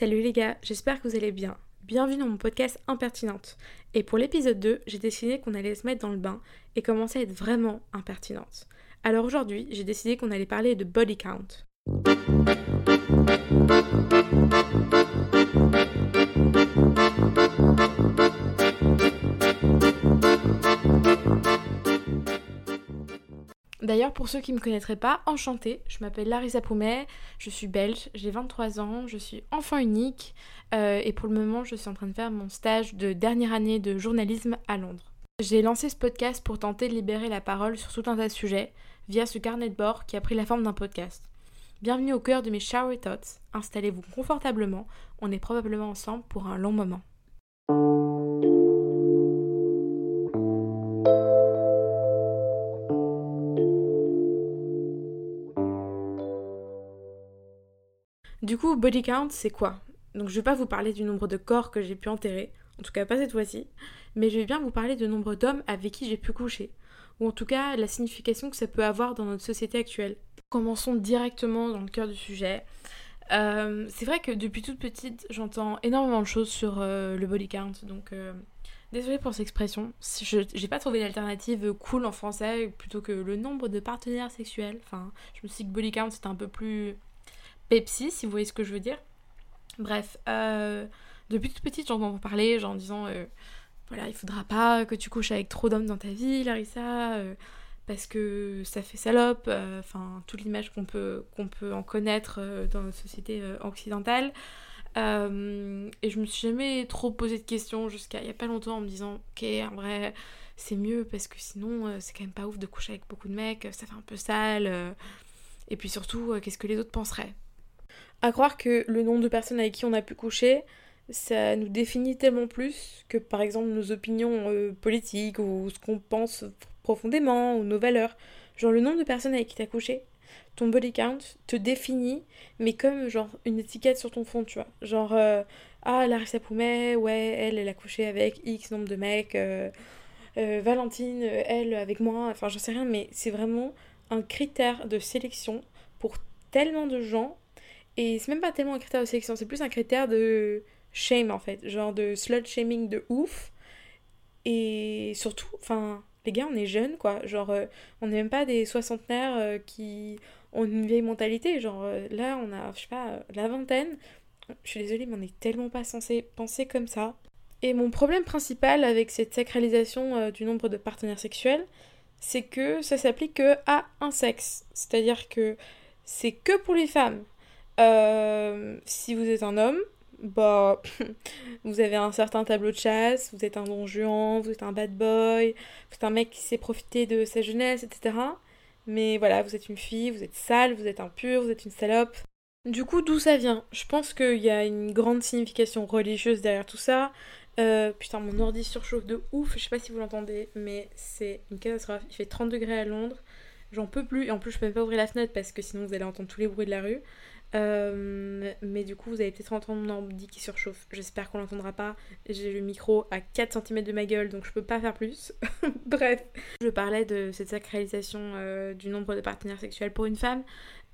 Salut les gars, j'espère que vous allez bien. Bienvenue dans mon podcast Impertinente. Et pour l'épisode 2, j'ai décidé qu'on allait se mettre dans le bain et commencer à être vraiment impertinente. Alors aujourd'hui, j'ai décidé qu'on allait parler de body count. D'ailleurs, pour ceux qui ne me connaîtraient pas, enchantée, je m'appelle Larissa Poumet, je suis belge, j'ai 23 ans, je suis enfant unique et pour le moment, je suis en train de faire mon stage de dernière année de journalisme à Londres. J'ai lancé ce podcast pour tenter de libérer la parole sur tout un tas de sujets via ce carnet de bord qui a pris la forme d'un podcast. Bienvenue au cœur de mes shower thoughts, installez-vous confortablement, on est probablement ensemble pour un long moment. Du coup, body count, c'est quoi ? Donc je vais pas vous parler du nombre de corps que j'ai pu enterrer, en tout cas pas cette fois-ci, mais je vais bien vous parler du nombre d'hommes avec qui j'ai pu coucher, ou en tout cas la signification que ça peut avoir dans notre société actuelle. Commençons directement dans le cœur du sujet. C'est vrai que depuis toute petite, j'entends énormément de choses sur le body count, donc désolée pour cette expression. J'ai pas trouvé d'alternative cool en français plutôt que le nombre de partenaires sexuels. Enfin, je me suis dit que body count c'était un peu plus Pepsi, si vous voyez ce que je veux dire. Bref, depuis toute petite, j'entends parler, genre en disant voilà, il faudra pas que tu couches avec trop d'hommes dans ta vie, Larissa, parce que ça fait salope, enfin, toute l'image qu'on peut en connaître dans notre société occidentale. Et je me suis jamais trop posé de questions jusqu'à il y a pas longtemps en me disant ok, en vrai, c'est mieux parce que sinon, c'est quand même pas ouf de coucher avec beaucoup de mecs, ça fait un peu sale. Et puis surtout, qu'est-ce que les autres penseraient ? À croire que le nombre de personnes avec qui on a pu coucher, ça nous définit tellement plus que par exemple nos opinions politiques ou ce qu'on pense profondément ou nos valeurs. Genre le nombre de personnes avec qui t'as couché, ton body count te définit, mais comme genre une étiquette sur ton front, tu vois. Genre, ah Larissa Poumet, ouais, elle a couché avec X nombre de mecs, Valentine, elle avec moi, enfin j'en sais rien, mais c'est vraiment un critère de sélection pour tellement de gens. Et c'est même pas tellement un critère de sélection, c'est plus un critère de shame en fait, genre de slut shaming de ouf. Et surtout, enfin, les gars, on est jeunes quoi, genre on n'est même pas des soixantenaires qui ont une vieille mentalité, genre là on a, je sais pas, la vingtaine. Je suis désolée, mais on est tellement pas censé penser comme ça. Et mon problème principal avec cette sacralisation du nombre de partenaires sexuels, c'est que ça s'applique que à un sexe. C'est-à-dire que c'est que pour les femmes. Si vous êtes un homme, bah, vous avez un certain tableau de chasse, vous êtes un don Juan, vous êtes un bad boy, vous êtes un mec qui sait profiter de sa jeunesse, etc. Mais voilà, vous êtes une fille, vous êtes sale, vous êtes impur, vous êtes une salope. Du coup, d'où ça vient ? Je pense qu'il y a une grande signification religieuse derrière tout ça. Putain, mon ordi surchauffe de ouf, je sais pas si vous l'entendez, mais c'est une catastrophe. Il fait 30 degrés à Londres, j'en peux plus, et en plus je peux même pas ouvrir la fenêtre parce que sinon vous allez entendre tous les bruits de la rue. Mais du coup, vous allez peut-être entendre mon ordi qui surchauffe. J'espère qu'on l'entendra pas. J'ai le micro à 4 cm de ma gueule, donc je peux pas faire plus. Bref. Je parlais de cette sacralisation du nombre de partenaires sexuels pour une femme.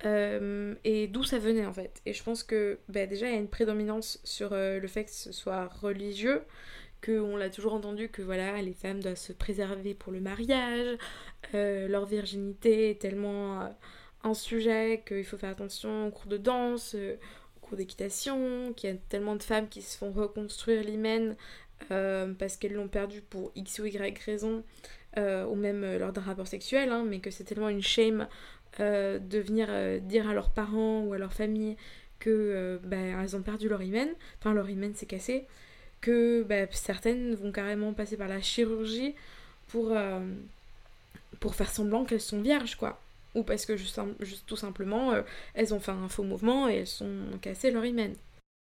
Et d'où ça venait en fait. Et je pense que déjà il y a une prédominance sur le fait que ce soit religieux, qu'on l'a toujours entendu que voilà, les femmes doivent se préserver pour le mariage, leur virginité est tellement un sujet qu'il faut faire attention au cours de danse, au cours d'équitation, qu'il y a tellement de femmes qui se font reconstruire l'hymen parce qu'elles l'ont perdu pour X ou Y raison, ou même lors d'un rapport sexuel, hein, mais que c'est tellement une shame de venir dire à leurs parents ou à leur famille que elles ont perdu leur hymen, enfin leur hymen s'est cassé, que certaines vont carrément passer par la chirurgie pour faire semblant qu'elles sont vierges quoi. Ou parce que juste tout simplement elles ont fait un faux mouvement et elles sont cassées leur hymen.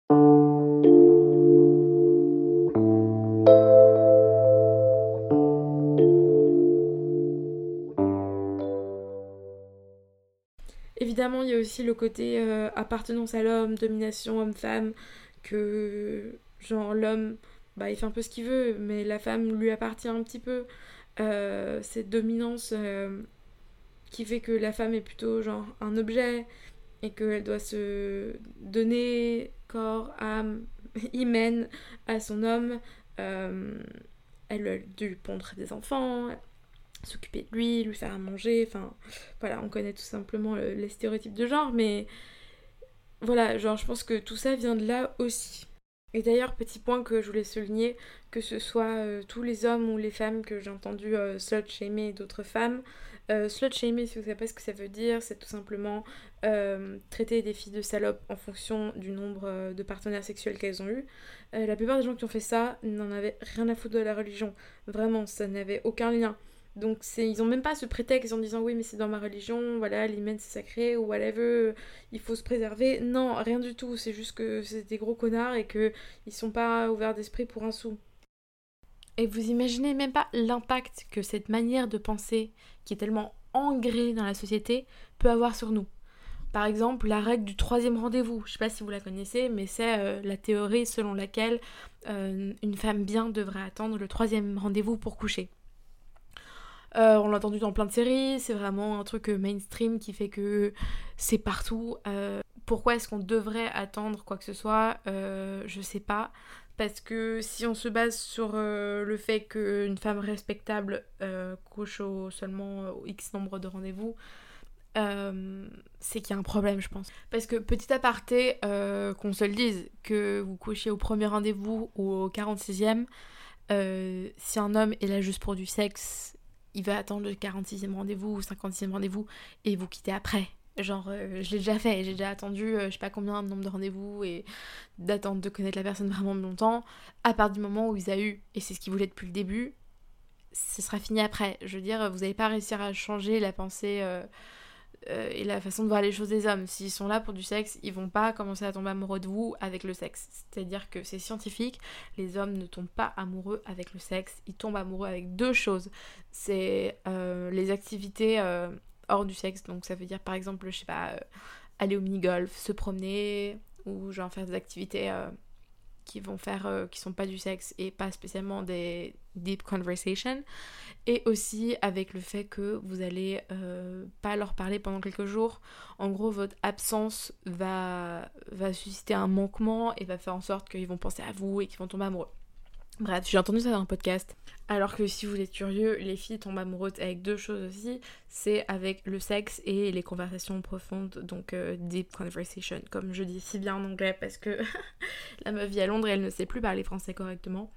Évidemment, il y a aussi le côté appartenance à l'homme, domination homme-femme, que genre l'homme, il fait un peu ce qu'il veut, mais la femme lui appartient un petit peu. Cette dominance qui fait que la femme est plutôt genre un objet et qu'elle doit se donner corps, âme, hymen à son homme. Elle a dû pondre des enfants, s'occuper de lui faire à manger, enfin voilà, on connaît tout simplement les stéréotypes de genre, mais voilà, genre je pense que tout ça vient de là aussi. Et d'ailleurs, petit point que je voulais souligner, que ce soit tous les hommes ou les femmes que j'ai entendu slut-shamer d'autres femmes. Slut-shamer, si vous savez pas ce que ça veut dire, c'est tout simplement traiter des filles de salopes en fonction du nombre de partenaires sexuels qu'elles ont eu. La plupart des gens qui ont fait ça n'en avaient rien à foutre de la religion. Vraiment, ça n'avait aucun lien. Donc ils ont même pas ce prétexte en disant oui mais c'est dans ma religion, voilà, l'hymen c'est sacré ou whatever, il faut se préserver. Non, rien du tout, c'est juste que c'est des gros connards et que ils sont pas ouverts d'esprit pour un sou. Et vous imaginez même pas l'impact que cette manière de penser, qui est tellement ancrée dans la société, peut avoir sur nous. Par exemple, la règle du troisième rendez-vous, je sais pas si vous la connaissez, mais c'est la théorie selon laquelle une femme bien devrait attendre le troisième rendez-vous pour coucher. On l'a entendu dans plein de séries, c'est vraiment un truc mainstream qui fait que c'est partout. Pourquoi est-ce qu'on devrait attendre quoi que ce soit Je sais pas. Parce que si on se base sur le fait qu'une femme respectable couche seulement X nombre de rendez-vous, c'est qu'il y a un problème, je pense. Parce que, petit aparté, qu'on se le dise, que vous couchiez au premier rendez-vous ou au 46e, si un homme est là juste pour du sexe, il va attendre le 46e rendez-vous ou 56e rendez-vous et vous quitter après. Genre, je l'ai déjà fait, j'ai déjà attendu je sais pas combien de nombre de rendez-vous et d'attendre de connaître la personne vraiment longtemps. À partir du moment où il a eu, et c'est ce qu'il voulait depuis le début, ce sera fini après. Je veux dire, vous n'allez pas réussir à changer la pensée et la façon de voir les choses des hommes. S'ils sont là pour du sexe, ils vont pas commencer à tomber amoureux de vous avec le sexe. C'est-à-dire que c'est scientifique, les hommes ne tombent pas amoureux avec le sexe, ils tombent amoureux avec deux choses. C'est les activités hors du sexe, donc ça veut dire par exemple, je sais pas, aller au mini-golf, se promener, ou genre faire des activités qui sont pas du sexe et pas spécialement des deep conversations, et aussi avec le fait que vous allez pas leur parler pendant quelques jours. En gros, votre absence va susciter un manquement et va faire en sorte qu'ils vont penser à vous et qu'ils vont tomber amoureux. Bref, j'ai entendu ça dans un podcast. Alors que si vous êtes curieux, les filles tombent amoureuses avec deux choses aussi, c'est avec le sexe et les conversations profondes, donc deep conversation, comme je dis si bien en anglais parce que la meuf vit à Londres et elle ne sait plus parler français correctement.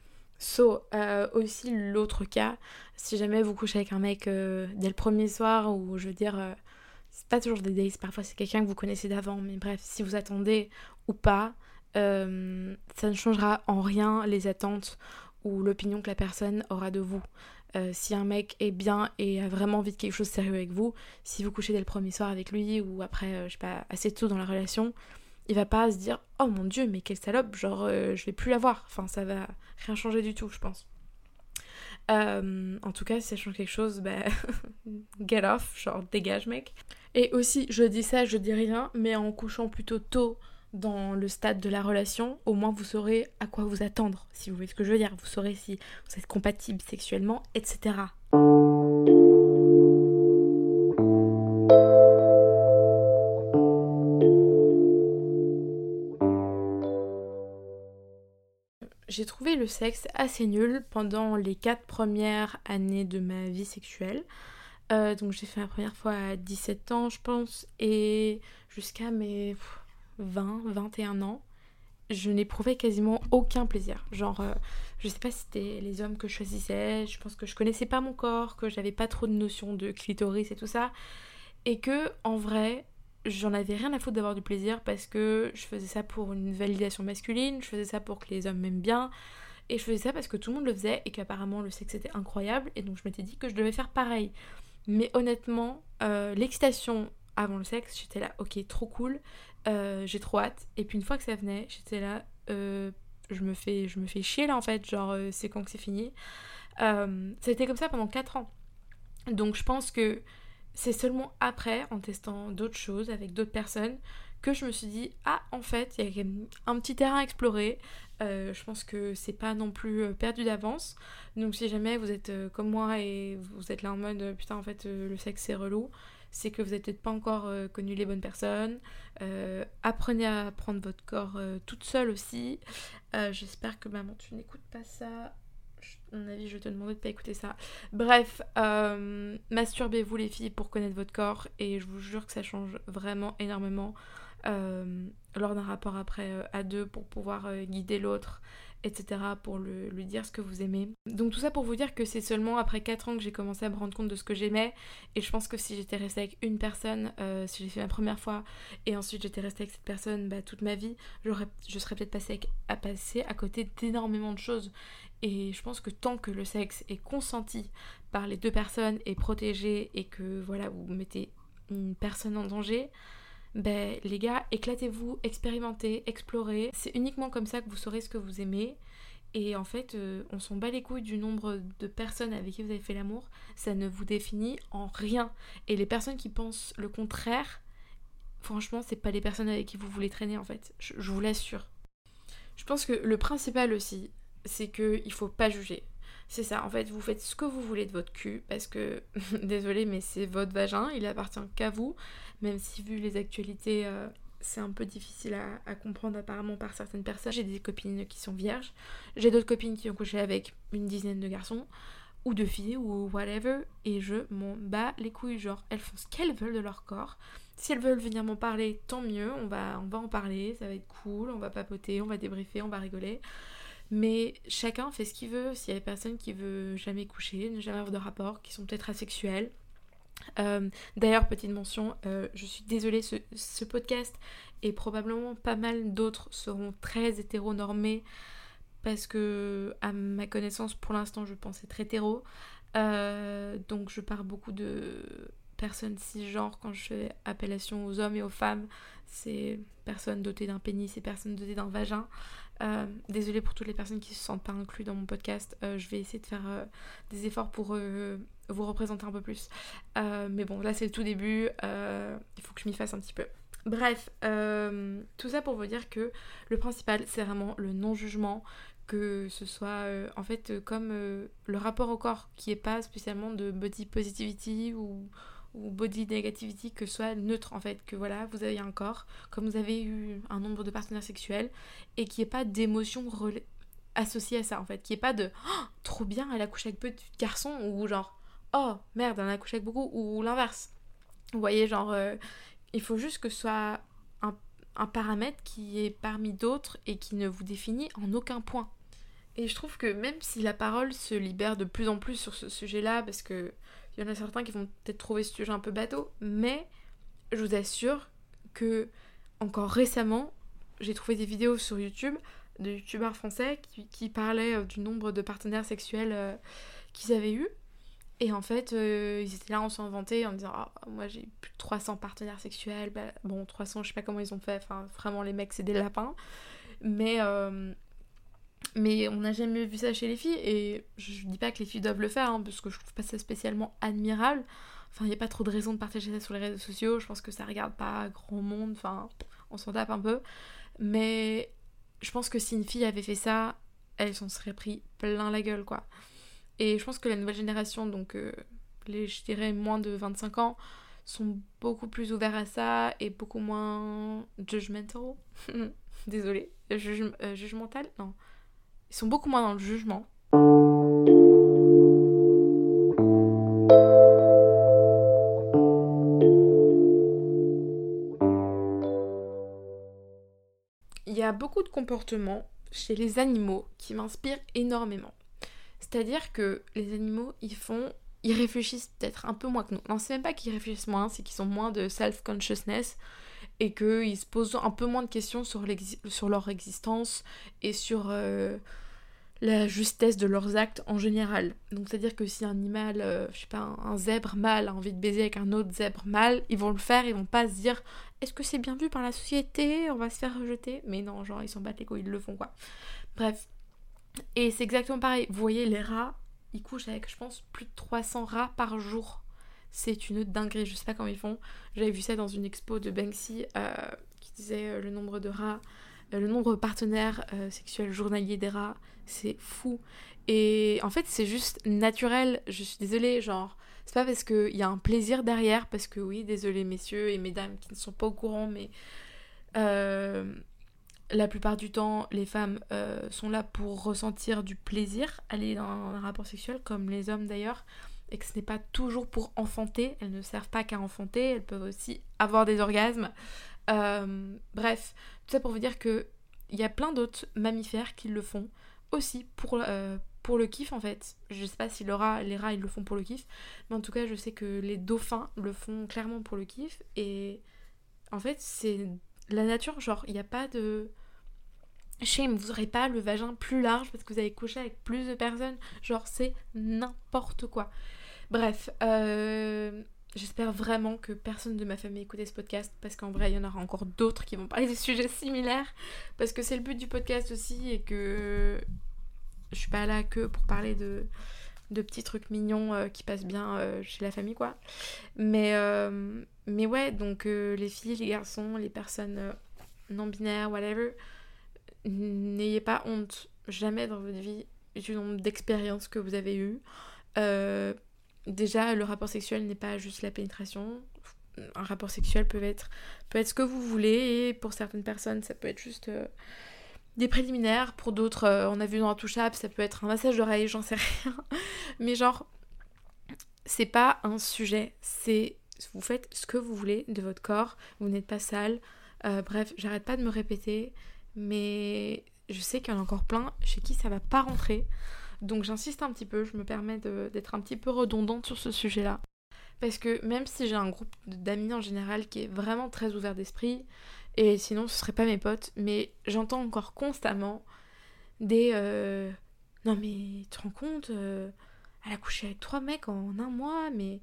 Aussi l'autre cas, si jamais vous couchez avec un mec dès le premier soir, ou je veux dire, c'est pas toujours des dates, parfois c'est quelqu'un que vous connaissez d'avant, mais bref, si vous attendez ou pas, ça ne changera en rien les attentes ou l'opinion que la personne aura de vous. Si un mec est bien et a vraiment envie de quelque chose de sérieux avec vous, si vous couchez dès le premier soir avec lui ou après, je sais pas, assez tôt dans la relation, il va pas se dire « Oh mon dieu, mais quelle salope, genre je vais plus la voir ». Enfin, ça va rien changer du tout, je pense. En tout cas, si ça change quelque chose, bah get off, genre dégage mec. Et aussi, je dis ça, je dis rien, mais en couchant plutôt tôt dans le stade de la relation, au moins vous saurez à quoi vous attendre, si vous voyez ce que je veux dire. Vous saurez si vous êtes compatible sexuellement, etc. J'ai trouvé le sexe assez nul pendant les 4 premières années de ma vie sexuelle. Donc j'ai fait la première fois à 17 ans, je pense, et jusqu'à mes 21 ans, je n'éprouvais quasiment aucun plaisir. Genre, je sais pas si c'était les hommes que je choisissais, je pense que je connaissais pas mon corps, que j'avais pas trop de notion de clitoris et tout ça, et que, en vrai, j'en avais rien à foutre d'avoir du plaisir parce que je faisais ça pour une validation masculine, je faisais ça pour que les hommes m'aiment bien, et je faisais ça parce que tout le monde le faisait et qu'apparemment le sexe était incroyable, et donc je m'étais dit que je devais faire pareil. Mais honnêtement, l'excitation avant le sexe, j'étais là, ok, trop cool, j'ai trop hâte. Et puis une fois que ça venait, j'étais là, je me fais chier là en fait, genre c'est quand que c'est fini. Ça a été comme ça pendant 4 ans. Donc je pense que c'est seulement après, en testant d'autres choses avec d'autres personnes, que je me suis dit, ah en fait, il y a quand même un petit terrain à explorer. Je pense que c'est pas non plus perdu d'avance. Donc si jamais vous êtes comme moi et vous êtes là en mode, putain en fait le sexe c'est relou, c'est que vous n'avez peut-être pas encore connu les bonnes personnes. Apprenez à prendre votre corps toute seule aussi. J'espère que maman, tu n'écoutes pas ça. À mon avis, je vais te demander de pas écouter ça. Bref, masturbez-vous les filles pour connaître votre corps et je vous jure que ça change vraiment énormément lors d'un rapport après à deux pour pouvoir guider l'autre, etc. pour lui dire ce que vous aimez. Donc tout ça pour vous dire que c'est seulement après 4 ans que j'ai commencé à me rendre compte de ce que j'aimais et je pense que si j'étais restée avec une personne, si j'ai fait ma première fois et ensuite j'étais restée avec cette personne toute ma vie, je serais peut-être passée à côté d'énormément de choses. Et je pense que tant que le sexe est consenti par les deux personnes et protégé et que voilà, vous mettez une personne en danger, les gars, éclatez-vous, expérimentez, explorez. C'est uniquement comme ça que vous saurez ce que vous aimez. Et en fait, on s'en bat les couilles du nombre de personnes avec qui vous avez fait l'amour. Ça ne vous définit en rien. Et les personnes qui pensent le contraire, franchement, c'est pas les personnes avec qui vous voulez traîner en fait. Je vous l'assure. Je pense que le principal aussi, c'est qu'il faut pas juger. C'est ça, en fait, vous faites ce que vous voulez de votre cul, parce que, désolé, mais c'est votre vagin, il appartient qu'à vous, même si vu les actualités, c'est un peu difficile à comprendre apparemment par certaines personnes. J'ai des copines qui sont vierges, j'ai d'autres copines qui ont couché avec une dizaine de garçons, ou de filles, ou whatever, et je m'en bats les couilles, genre, elles font ce qu'elles veulent de leur corps. Si elles veulent venir m'en parler, tant mieux, on va en parler, ça va être cool, on va papoter, on va débriefer, on va rigoler. Mais chacun fait ce qu'il veut. S'il y a des personnes qui veulent jamais coucher, ne jamais avoir de rapport, qui sont peut-être asexuelles. D'ailleurs, petite mention, je suis désolée, ce podcast et probablement pas mal d'autres seront très hétéronormés parce que, à ma connaissance, pour l'instant, je pense être hétéro. Donc je parle beaucoup de personnes cisgenres quand je fais appellation aux hommes et aux femmes. C'est personnes dotées d'un pénis et personnes dotées d'un vagin. Désolée pour toutes les personnes qui se sentent pas incluses dans mon podcast. Je vais essayer de faire des efforts pour vous représenter un peu plus. Mais bon, là c'est le tout début. Il faut que je m'y fasse un petit peu. Bref, tout ça pour vous dire que le principal, c'est vraiment le non-jugement. Que ce soit en fait comme le rapport au corps qui est pas spécialement de body positivity ou body negativity, que ce soit neutre en fait, que voilà, vous avez un corps, comme vous avez eu un nombre de partenaires sexuels et qu'il n'y ait pas d'émotion associée à ça en fait, qu'il n'y ait pas de oh, trop bien elle a couché avec peu de garçons ou genre oh merde elle a couché avec beaucoup ou l'inverse. Vous voyez, genre il faut juste que ce soit un paramètre qui est parmi d'autres et qui ne vous définit en aucun point. Et je trouve que même si la parole se libère de plus en plus sur ce sujet-là, parce que il y en a certains qui vont peut-être trouver ce sujet un peu bateau, mais je vous assure que encore récemment, j'ai trouvé des vidéos sur YouTube de youtubeurs français qui parlaient du nombre de partenaires sexuels qu'ils avaient eu. Et en fait, ils étaient là, on s'en vantait en disant oh, moi j'ai plus de 300 partenaires sexuels. Bon, 300, je sais pas comment ils ont fait. Enfin, vraiment, les mecs, c'est des lapins. Mais on n'a jamais vu ça chez les filles. Et je dis pas que les filles doivent le faire, hein, parce que je trouve pas ça spécialement admirable. Enfin, il n'y a pas trop de raison de partager ça sur les réseaux sociaux. Je pense que ça regarde pas grand monde. Enfin, on s'en tape un peu. Mais je pense que si une fille avait fait ça, elle s'en serait pris plein la gueule, quoi. Et je pense que la nouvelle génération, donc je dirais moins de 25 ans, sont beaucoup plus ouverts à ça et beaucoup moins judgmental. Désolée. Jugemental? Non. Ils sont beaucoup moins dans le jugement. Il y a beaucoup de comportements chez les animaux qui m'inspirent énormément. C'est-à-dire que les animaux, ils réfléchissent peut-être un peu moins que nous. Non, c'est même pas qu'ils réfléchissent moins, c'est qu'ils ont moins de self-consciousness et qu'ils se posent un peu moins de questions sur leur existence et sur la justesse de leurs actes en général. Donc c'est-à-dire que si un animal, je sais pas, un zèbre mâle a envie de baiser avec un autre zèbre mâle, ils vont le faire, ils vont pas se dire est-ce que c'est bien vu par la société, on va se faire rejeter. Mais non, genre ils s'en battent les couilles, ils le font quoi. Bref. Et c'est exactement pareil. Vous voyez, les rats, ils couchent avec, je pense, plus de 300 rats par jour. C'est une dinguerie, je sais pas comment ils font. J'avais vu ça dans une expo de Banksy qui disait le nombre de rats, le nombre de partenaires sexuels journaliers des rats. C'est fou. Et en fait, c'est juste naturel. Je suis désolée, genre, C'est pas parce qu'il y a un plaisir derrière, parce que oui, désolé messieurs et mesdames qui ne sont pas au courant, mais la plupart du temps, les femmes sont là pour ressentir du plaisir, aller dans un rapport sexuel, comme les hommes d'ailleurs, et que ce n'est pas toujours pour enfanter, elles ne servent pas qu'à enfanter, elles peuvent aussi avoir des orgasmes. Bref, tout ça pour vous dire que il y a plein d'autres mammifères qui le font aussi pour le kiff en fait. Je sais pas si les rats ils le font pour le kiff, mais en tout cas je sais que les dauphins le font clairement pour le kiff, et en fait c'est la nature, genre il n'y a pas de shame, vous aurez pas le vagin plus large parce que vous avez couché avec plus de personnes, genre c'est n'importe quoi. Bref, j'espère vraiment que personne de ma famille écoutait ce podcast, parce qu'en vrai il y en aura encore d'autres qui vont parler de sujets similaires, parce que c'est le but du podcast aussi, et que je suis pas là que pour parler de petits trucs mignons qui passent bien chez la famille quoi. Mais ouais, donc les filles, les garçons, les personnes non binaires, whatever, n'ayez pas honte jamais dans votre vie du nombre d'expériences que vous avez eues. Déjà, le rapport sexuel n'est pas juste la pénétration. Un rapport sexuel peut être ce que vous voulez, et pour certaines personnes ça peut être juste des préliminaires, pour d'autres on a vu dans Intouchable, ça peut être un massage d'oreille, j'en sais rien. Mais genre, c'est pas un sujet, c'est vous faites ce que vous voulez de votre corps, vous n'êtes pas sale. Bref, j'arrête pas de me répéter, mais je sais qu'il y en a encore plein chez qui ça va pas rentrer. Donc j'insiste un petit peu, je me permets d'être un petit peu redondante sur ce sujet-là. Parce que même si j'ai un groupe d'amis en général qui est vraiment très ouvert d'esprit, et sinon ce serait pas mes potes, mais j'entends encore constamment des non mais tu te rends compte, elle a couché avec 3 mecs en un mois, mais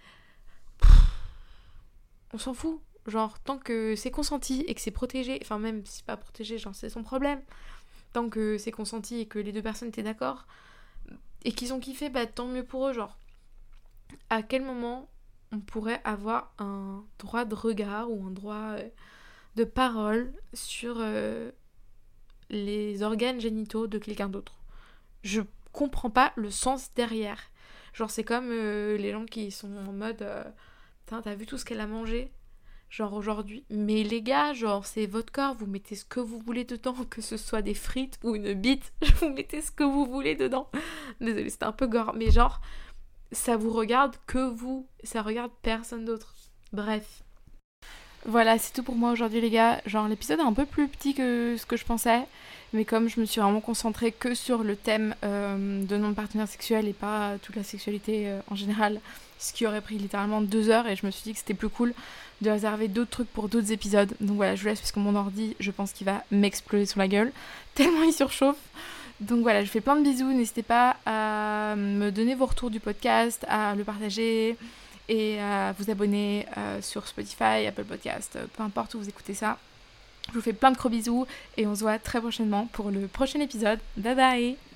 on s'en fout. Genre, tant que c'est consenti et que c'est protégé, enfin même si c'est pas protégé, genre c'est son problème. Tant que c'est consenti et que les deux personnes étaient d'accord et qu'ils ont kiffé, bah tant mieux pour eux. Genre, à quel moment on pourrait avoir un droit de regard ou un droit de parole sur les organes génitaux de quelqu'un d'autre? Je comprends pas le sens derrière. Genre, c'est comme les gens qui sont en mode putain, t'as vu tout ce qu'elle a mangé? Genre aujourd'hui. Mais les gars, genre c'est votre corps, vous mettez ce que vous voulez dedans, que ce soit des frites ou une bite, vous mettez ce que vous voulez dedans. Désolée, c'était un peu gore, mais genre ça vous regarde que vous, ça regarde personne d'autre. Bref. Voilà, c'est tout pour moi aujourd'hui les gars. Genre l'épisode est un peu plus petit que ce que je pensais, mais comme je me suis vraiment concentrée que sur le thème de non-partenaire sexuel et pas toute la sexualité en général, ce qui aurait pris littéralement 2 heures, et je me suis dit que c'était plus cool de réserver d'autres trucs pour d'autres épisodes. Donc voilà, je vous laisse parce que mon ordi, je pense qu'il va m'exploser sur la gueule, tellement il surchauffe. Donc voilà, je fais plein de bisous, n'hésitez pas à me donner vos retours du podcast, à le partager et à vous abonner sur Spotify, Apple Podcast, peu importe où vous écoutez ça. Je vous fais plein de gros bisous et on se voit très prochainement pour le prochain épisode. Bye bye!